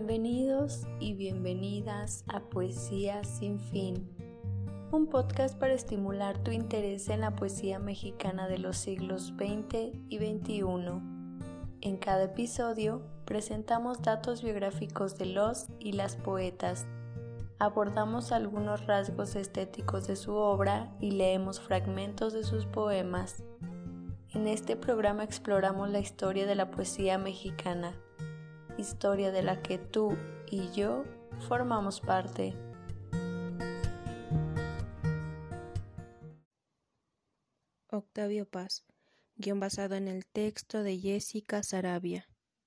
Bienvenidos y bienvenidas a Poesía Sin Fin, un podcast para estimular tu interés en la poesía mexicana de los siglos XX y XXI. En cada episodio presentamos datos biográficos de los y las poetas, abordamos algunos rasgos estéticos de su obra y leemos fragmentos de sus poemas. En este programa exploramos la historia de la poesía mexicana, historia de la que tú y yo formamos parte. Octavio Paz, guión basado en el texto de Jessica Saravia.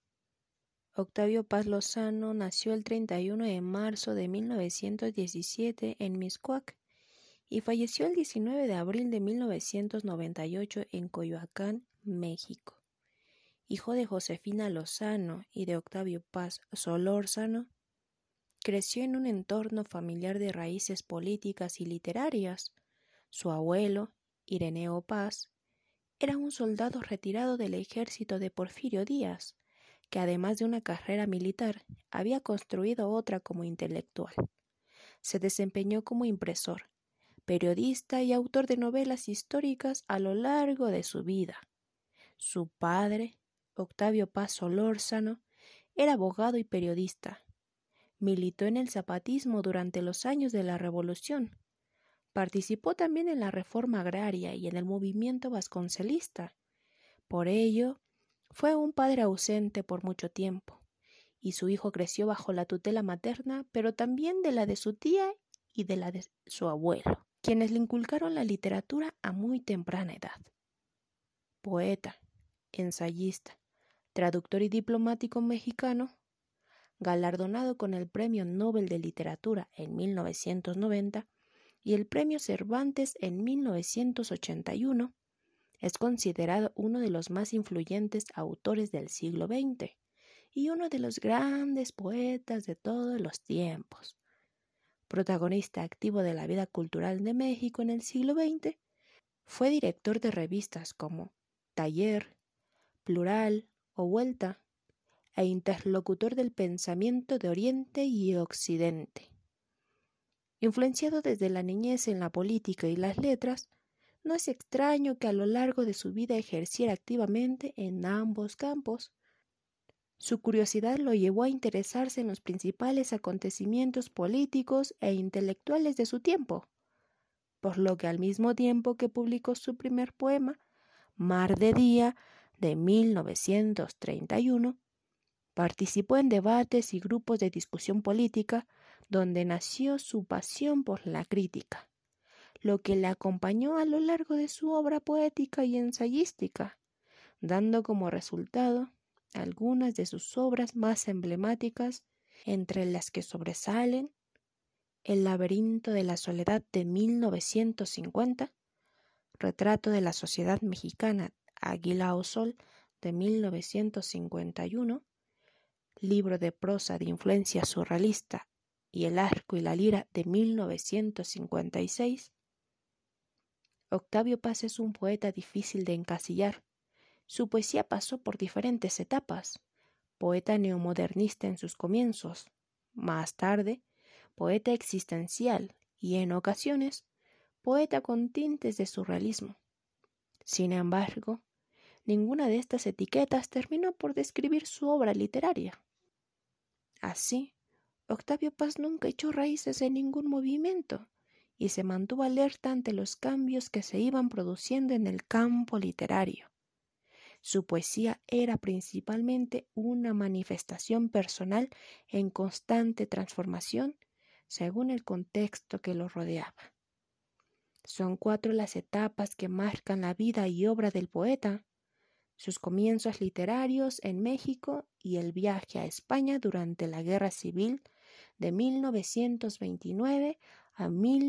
Octavio Paz Lozano nació el 31 de marzo de 1917 en Mixcoac y falleció el 19 de abril de 1998 en Coyoacán, México. Hijo de Josefina Lozano y de Octavio Paz Solórzano, creció en un entorno familiar de raíces políticas y literarias. Su abuelo, Ireneo Paz, era un soldado retirado del ejército de Porfirio Díaz, que además de una carrera militar, había construido otra como intelectual. Se desempeñó como impresor, periodista y autor de novelas históricas a lo largo de su vida. Su padre, Octavio Paz Solórzano, era abogado y periodista. Militó en el zapatismo durante los años de la Revolución. Participó también en la reforma agraria y en el movimiento vasconcelista. Por ello, fue un padre ausente por mucho tiempo, y su hijo creció bajo la tutela materna, pero también de la de su tía y de la de su abuelo, quienes le inculcaron la literatura a muy temprana edad. Poeta, ensayista, traductor y diplomático mexicano, galardonado con el Premio Nobel de Literatura en 1990 y el Premio Cervantes en 1981, es considerado uno de los más influyentes autores del siglo XX y uno de los grandes poetas de todos los tiempos. Protagonista activo de la vida cultural de México en el siglo XX, fue director de revistas como Taller, Plural o Vuelta, e interlocutor del pensamiento de Oriente y Occidente. Influenciado desde la niñez en la política y las letras, no es extraño que a lo largo de su vida ejerciera activamente en ambos campos. Su curiosidad lo llevó a interesarse en los principales acontecimientos políticos e intelectuales de su tiempo, por lo que al mismo tiempo que publicó su primer poema, Mar de Día, de 1931, participó en debates y grupos de discusión política, donde nació su pasión por la crítica, lo que le acompañó a lo largo de su obra poética y ensayística, dando como resultado algunas de sus obras más emblemáticas, entre las que sobresalen El laberinto de la soledad de 1950, Retrato de la sociedad mexicana, Águila o Sol, de 1951, libro de prosa de influencia surrealista, y El arco y la lira, de 1956. Octavio Paz es un poeta difícil de encasillar. Su poesía pasó por diferentes etapas. Poeta neomodernista en sus comienzos, más tarde, poeta existencial y, en ocasiones, poeta con tintes de surrealismo. Sin embargo, ninguna de estas etiquetas terminó por describir su obra literaria. Así, Octavio Paz nunca echó raíces en ningún movimiento y se mantuvo alerta ante los cambios que se iban produciendo en el campo literario. Su poesía era principalmente una manifestación personal en constante transformación según el contexto que lo rodeaba. Son 4 las etapas que marcan la vida y obra del poeta: sus comienzos literarios en México y el viaje a España durante la Guerra Civil de 1929 a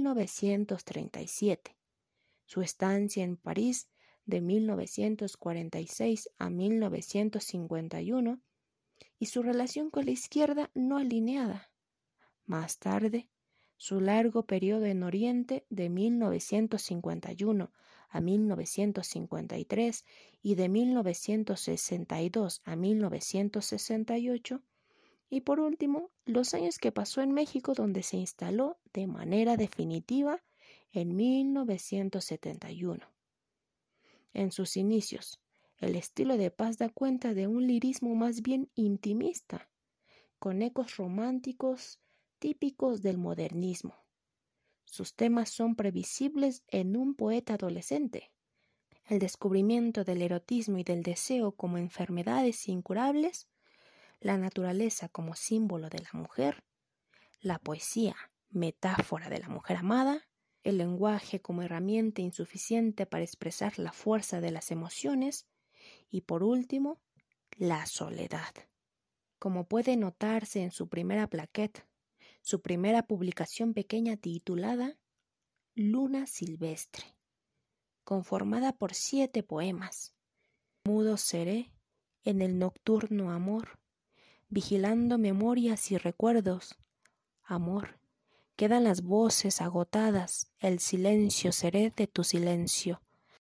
1937, su estancia en París de 1946 a 1951 y su relación con la izquierda no alineada. Más tarde, su largo periodo en Oriente de 1951 a 1953 y de 1962 a 1968, Y por último, los años que pasó en México, donde se instaló de manera definitiva en 1971. En sus inicios, el estilo de Paz da cuenta de un lirismo más bien intimista, con ecos románticos típicos del modernismo. Sus temas son previsibles en un poeta adolescente. El descubrimiento del erotismo y del deseo como enfermedades incurables, la naturaleza como símbolo de la mujer, la poesía, metáfora de la mujer amada, el lenguaje como herramienta insuficiente para expresar la fuerza de las emociones y, por último, la soledad. Como puede notarse en su primera plaqueta, su primera publicación pequeña titulada Luna Silvestre, conformada por 7 poemas. Mudo seré en el nocturno amor, vigilando memorias y recuerdos. Amor, quedan las voces agotadas, el silencio seré de tu silencio.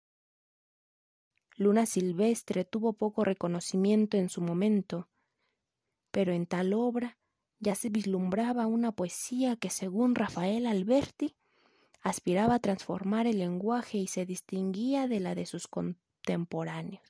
Luna Silvestre tuvo poco reconocimiento en su momento, pero en tal obra ya se vislumbraba una poesía que, según Rafael Alberti, aspiraba a transformar el lenguaje y se distinguía de la de sus contemporáneos.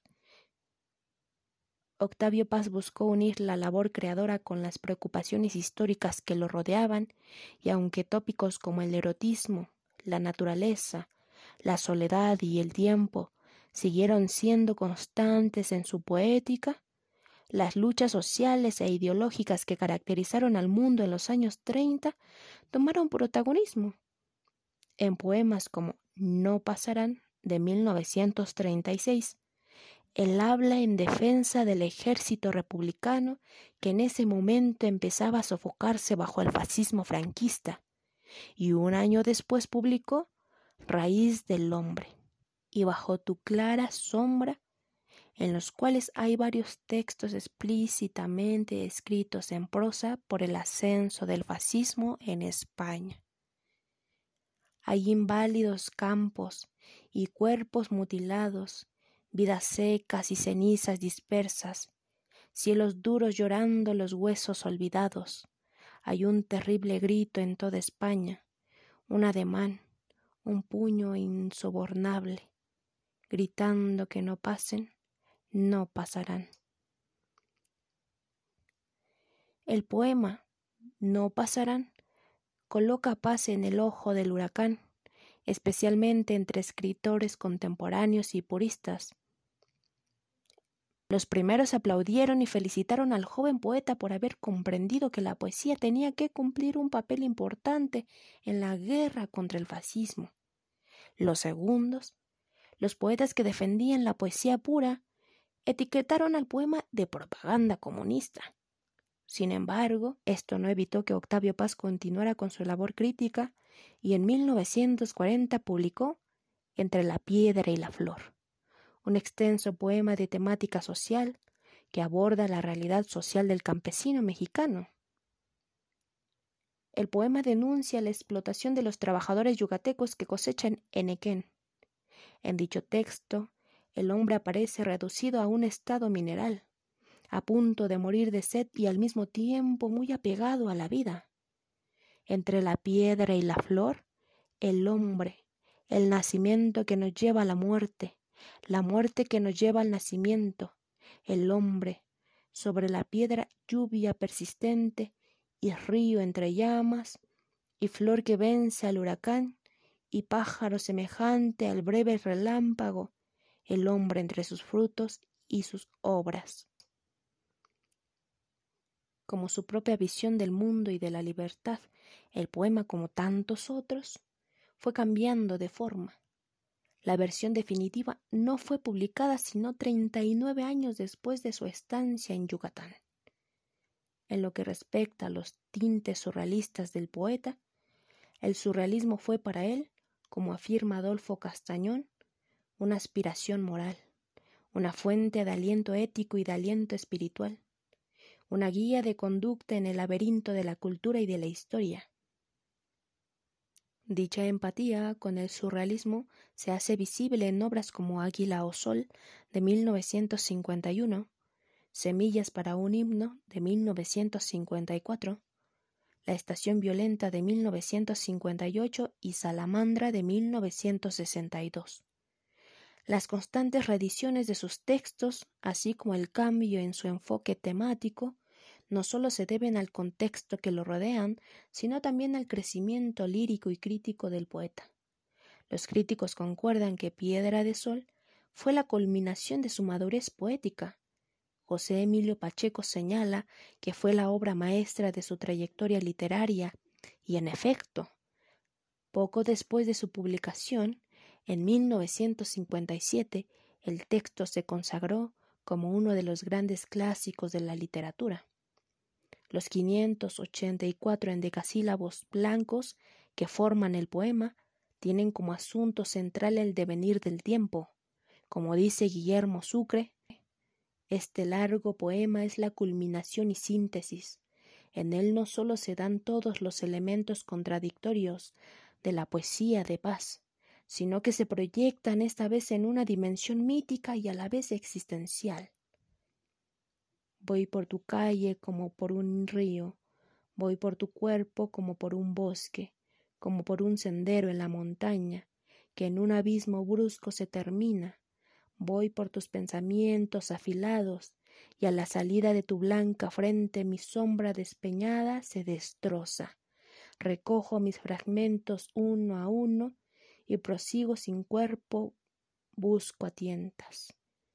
Octavio Paz buscó unir la labor creadora con las preocupaciones históricas que lo rodeaban, y aunque tópicos como el erotismo, la naturaleza, la soledad y el tiempo siguieron siendo constantes en su poética, las luchas sociales e ideológicas que caracterizaron al mundo en los años 30 tomaron protagonismo. En poemas como No pasarán, de 1936, él habla en defensa del ejército republicano que en ese momento empezaba a sofocarse bajo el fascismo franquista, y un año después publicó Raíz del hombre y Bajo tu clara sombra, en los cuales hay varios textos explícitamente escritos en prosa por el ascenso del fascismo en España. Hay inválidos campos y cuerpos mutilados, vidas secas y cenizas dispersas, cielos duros llorando los huesos olvidados. Hay un terrible grito en toda España, un ademán, un puño insobornable, gritando que no pasen, no pasarán. El poema No pasarán coloca Paz en el ojo del huracán, especialmente entre escritores contemporáneos y puristas. Los primeros aplaudieron y felicitaron al joven poeta por haber comprendido que la poesía tenía que cumplir un papel importante en la guerra contra el fascismo. Los segundos, los poetas que defendían la poesía pura, etiquetaron al poema de propaganda comunista. Sin embargo, esto no evitó que Octavio Paz continuara con su labor crítica y en 1940 publicó Entre la piedra y la flor, un extenso poema de temática social que aborda la realidad social del campesino mexicano. El poema denuncia la explotación de los trabajadores yucatecos que cosechan henequén. En dicho texto, el hombre aparece reducido a un estado mineral, a punto de morir de sed y al mismo tiempo muy apegado a la vida. Entre la piedra y la flor, el hombre, el nacimiento que nos lleva a la muerte que nos lleva al nacimiento, el hombre, sobre la piedra lluvia persistente y río entre llamas, y flor que vence al huracán, y pájaro semejante al breve relámpago, el hombre entre sus frutos y sus obras. Como su propia visión del mundo y de la libertad, el poema, como tantos otros, fue cambiando de forma. La versión definitiva no fue publicada sino 39 años después de su estancia en Yucatán. En lo que respecta a los tintes surrealistas del poeta, el surrealismo fue para él, como afirma Adolfo Castañón, una aspiración moral, una fuente de aliento ético y de aliento espiritual, una guía de conducta en el laberinto de la cultura y de la historia. Dicha empatía con el surrealismo se hace visible en obras como Águila o Sol, de 1951, Semillas para un himno de 1954, La estación violenta de 1958 y Salamandra de 1962. Las constantes reediciones de sus textos, así como el cambio en su enfoque temático, no solo se deben al contexto que lo rodean, sino también al crecimiento lírico y crítico del poeta. Los críticos concuerdan que Piedra de Sol fue la culminación de su madurez poética. José Emilio Pacheco señala que fue la obra maestra de su trayectoria literaria y, en efecto, poco después de su publicación, en 1957, el texto se consagró como uno de los grandes clásicos de la literatura. Los 584 endecasílabos blancos que forman el poema tienen como asunto central el devenir del tiempo. Como dice Guillermo Sucre, este largo poema es la culminación y síntesis. En él no solo se dan todos los elementos contradictorios de la poesía de Paz, sino que se proyectan esta vez en una dimensión mítica y a la vez existencial. Voy por tu calle como por un río, voy por tu cuerpo como por un bosque, como por un sendero en la montaña, que en un abismo brusco se termina. Voy por tus pensamientos afilados, y a la salida de tu blanca frente mi sombra despeñada se destroza. Recojo mis fragmentos uno a uno y prosigo sin cuerpo, busco a tientas.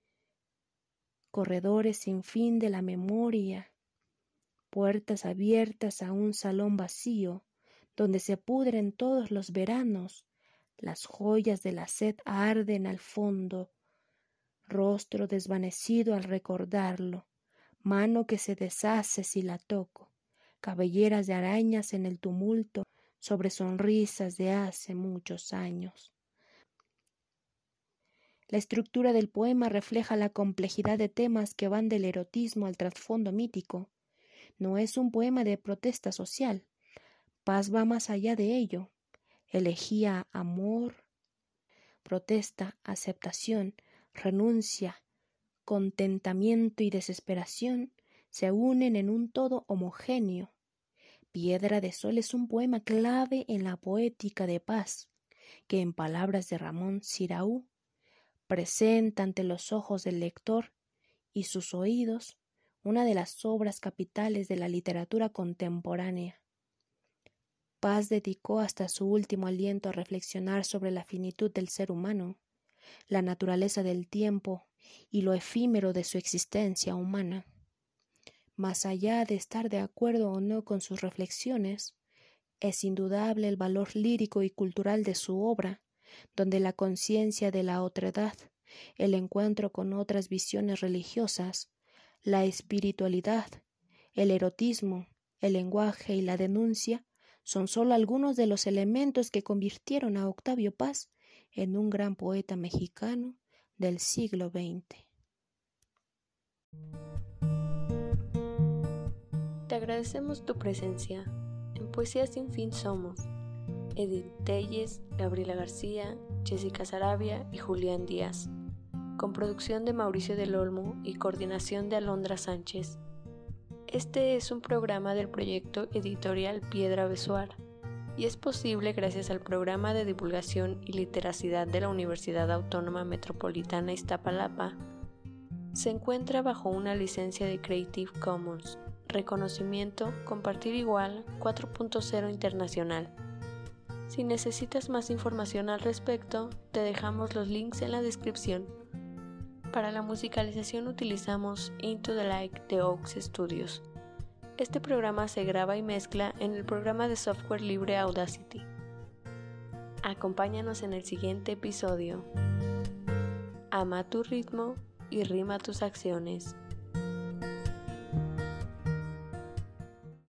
Corredores sin fin de la memoria, puertas abiertas a un salón vacío, donde se pudren todos los veranos, las joyas de la sed arden al fondo, rostro desvanecido al recordarlo, mano que se deshace si la toco, cabelleras de arañas en el tumulto sobre sonrisas de hace muchos años. La estructura del poema refleja la complejidad de temas que van del erotismo al trasfondo mítico. No es un poema de protesta social. Paz va más allá de ello. Elegía amor, protesta, aceptación, renuncia, contentamiento y desesperación se unen en un todo homogéneo. Piedra de Sol es un poema clave en la poética de Paz, que en palabras de Ramón Siraú, presenta ante los ojos del lector y sus oídos una de las obras capitales de la literatura contemporánea. Paz dedicó hasta su último aliento a reflexionar sobre la finitud del ser humano, la naturaleza del tiempo y lo efímero de su existencia humana. Más allá de estar de acuerdo o no con sus reflexiones, es indudable el valor lírico y cultural de su obra, donde la conciencia de la otredad, el encuentro con otras visiones religiosas, la espiritualidad, el erotismo, el lenguaje y la denuncia son solo algunos de los elementos que convirtieron a Octavio Paz en un gran poeta mexicano del siglo XX. Te agradecemos tu presencia. En Poesía Sin Fin somos Edith Telles, Gabriela García, Jessica Sarabia y Julián Díaz, con producción de Mauricio del Olmo y coordinación de Alondra Sánchez. Este es un programa del proyecto editorial Piedra de Sol y es posible gracias al Programa de Divulgación y Literacidad de la Universidad Autónoma Metropolitana Iztapalapa. Se encuentra bajo una licencia de Creative Commons, reconocimiento Compartir Igual 4.0 internacional. Si necesitas más información al respecto, te dejamos los links en la descripción. Para la musicalización utilizamos Into the Light de Oaks Studios. Este programa se graba y mezcla en el programa de software libre Audacity. Acompáñanos en el siguiente episodio. Ama tu ritmo y rima tus acciones.